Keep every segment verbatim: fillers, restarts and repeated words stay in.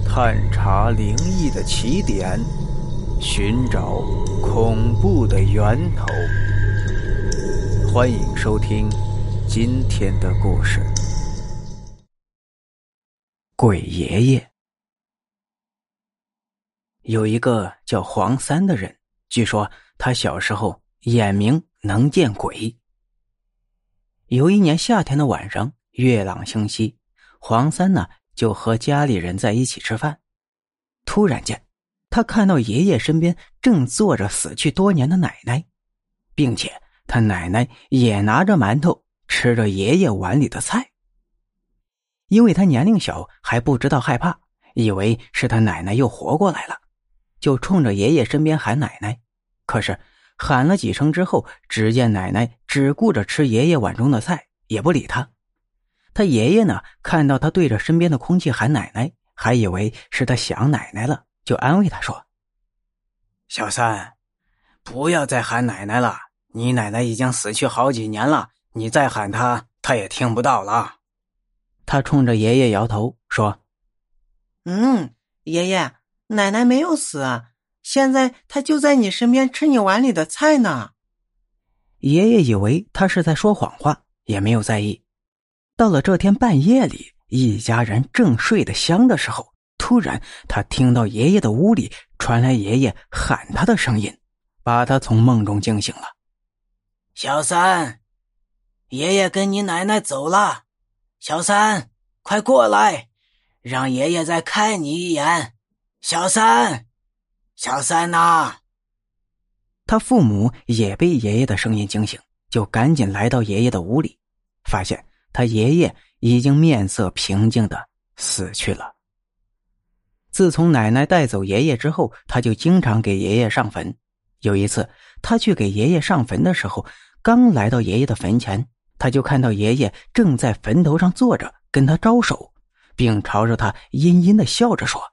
探查灵异的起点，寻找恐怖的源头。欢迎收听今天的故事。鬼爷爷。有一个叫黄三的人，据说他小时候眼明能见鬼。有一年夏天的晚上，月朗星稀，黄三呢就和家里人在一起吃饭。突然间，他看到爷爷身边正坐着死去多年的奶奶，并且他奶奶也拿着馒头吃着爷爷碗里的菜。因为他年龄小，还不知道害怕，以为是他奶奶又活过来了，就冲着爷爷身边喊奶奶。可是喊了几声之后，只见奶奶只顾着吃爷爷碗中的菜，也不理他。他爷爷呢，看到他对着身边的空气喊奶奶，还以为是他想奶奶了，就安慰他说：小三，不要再喊奶奶了，你奶奶已经死去好几年了，你再喊她，她也听不到了。他冲着爷爷摇头说： 嗯，爷爷，奶奶没有死，现在她就在你身边吃你碗里的菜呢。 爷爷以为他是在说谎话，也没有在意。到了这天半夜里，一家人正睡得香的时候，突然他听到爷爷的屋里传来爷爷喊他的声音，把他从梦中惊醒了。小三，爷爷跟你奶奶走了，小三，快过来，让爷爷再看你一眼。小三，小三呐！他父母也被爷爷的声音惊醒，就赶紧来到爷爷的屋里，发现他爷爷已经面色平静地死去了。自从奶奶带走爷爷之后，他就经常给爷爷上坟。有一次他去给爷爷上坟的时候，刚来到爷爷的坟前，他就看到爷爷正在坟头上坐着，跟他招手，并朝着他阴阴地笑着说：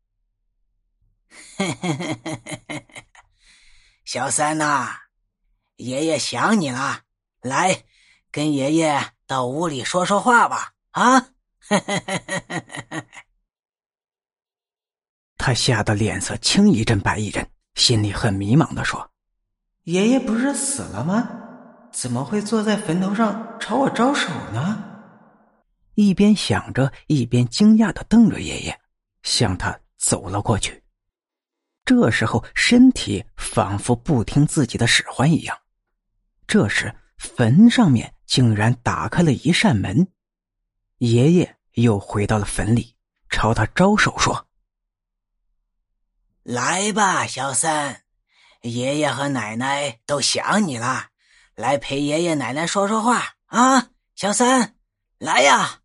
小三呐，爷爷想你了，来，跟爷爷到屋里说说话吧，啊！他吓得脸色青一阵白一阵，心里很迷茫地说： 爷爷不是死了吗？怎么会坐在坟头上朝我招手呢？ 一边想着，一边惊讶地瞪着爷爷，向他走了过去。这时候身体仿佛不听自己的使唤一样。这时坟上面竟然打开了一扇门，爷爷又回到了坟里，朝他招手说：来吧，小三，爷爷和奶奶都想你了，来陪爷爷奶奶说说话啊，小三，来呀！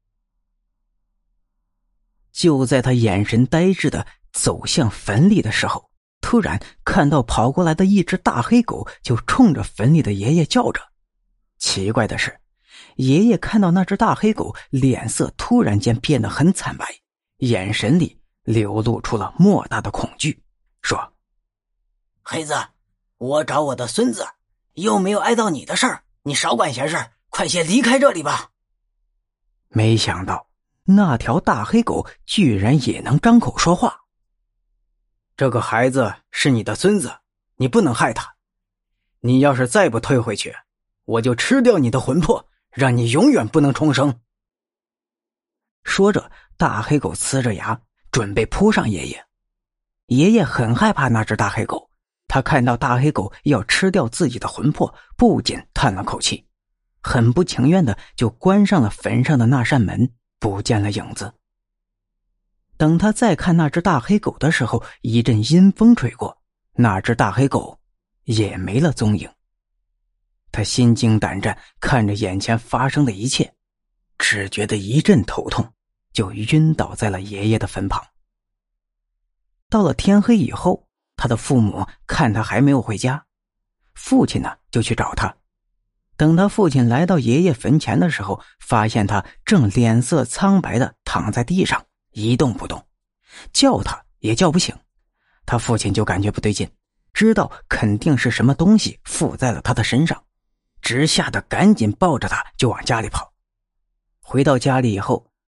就在他眼神呆滞的走向坟里的时候，突然看到跑过来的一只大黑狗就冲着坟里的爷爷叫着。奇怪的是，爷爷看到那只大黑狗，脸色突然间变得很惨白，眼神里流露出了莫大的恐惧，说：黑子，我找我的孙子，又没有碍到你的事儿，你少管闲事，快些离开这里吧。没想到那条大黑狗居然也能张口说话。这个孩子是你的孙子，你不能害他，你要是再不退回去，我就吃掉你的魂魄，让你永远不能重生。说着，大黑狗呲着牙准备扑上爷爷。爷爷很害怕那只大黑狗，他看到大黑狗要吃掉自己的魂魄，不仅叹了口气，很不情愿的就关上了坟上的那扇门，不见了影子。等他再看那只大黑狗的时候，一阵阴风吹过，那只大黑狗也没了踪影。他心惊胆战，看着眼前发生的一切，只觉得一阵头痛，就晕倒在了爷爷的坟旁。到了天黑以后，他的父母看他还没有回家，父亲呢就去找他。等他父亲来到爷爷坟前的时候，发现他正脸色苍白的躺在地上一动不动，叫他也叫不醒。他父亲就感觉不对劲，知道肯定是什么东西附在了他的身上，直吓得赶紧抱着他就往家里跑。回到家里以后，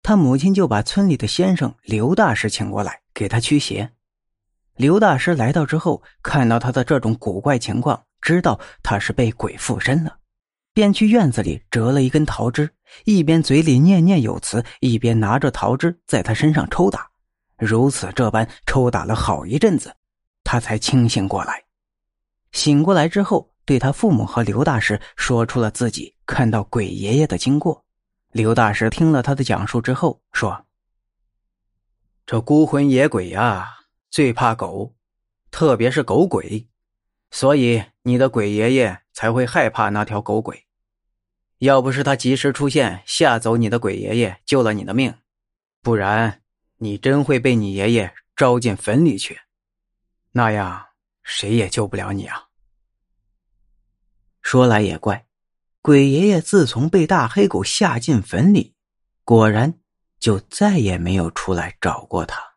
他母亲就把村里的先生刘大师请过来给他驱邪。刘大师来到之后，看到他的这种古怪情况，知道他是被鬼附身了，便去院子里折了一根桃枝，一边嘴里念念有词，一边拿着桃枝在他身上抽打。如此这般抽打了好一阵子，他才清醒过来。醒过来之后，对他父母和刘大师说出了自己看到鬼爷爷的经过。刘大师听了他的讲述之后说：这孤魂野鬼啊，最怕狗，特别是狗鬼，所以你的鬼爷爷才会害怕那条狗鬼。要不是他及时出现吓走你的鬼爷爷，救了你的命，不然你真会被你爷爷招进坟里去，那样谁也救不了你啊。说来也怪，鬼爷爷自从被大黑狗吓进坟里，果然就再也没有出来找过他。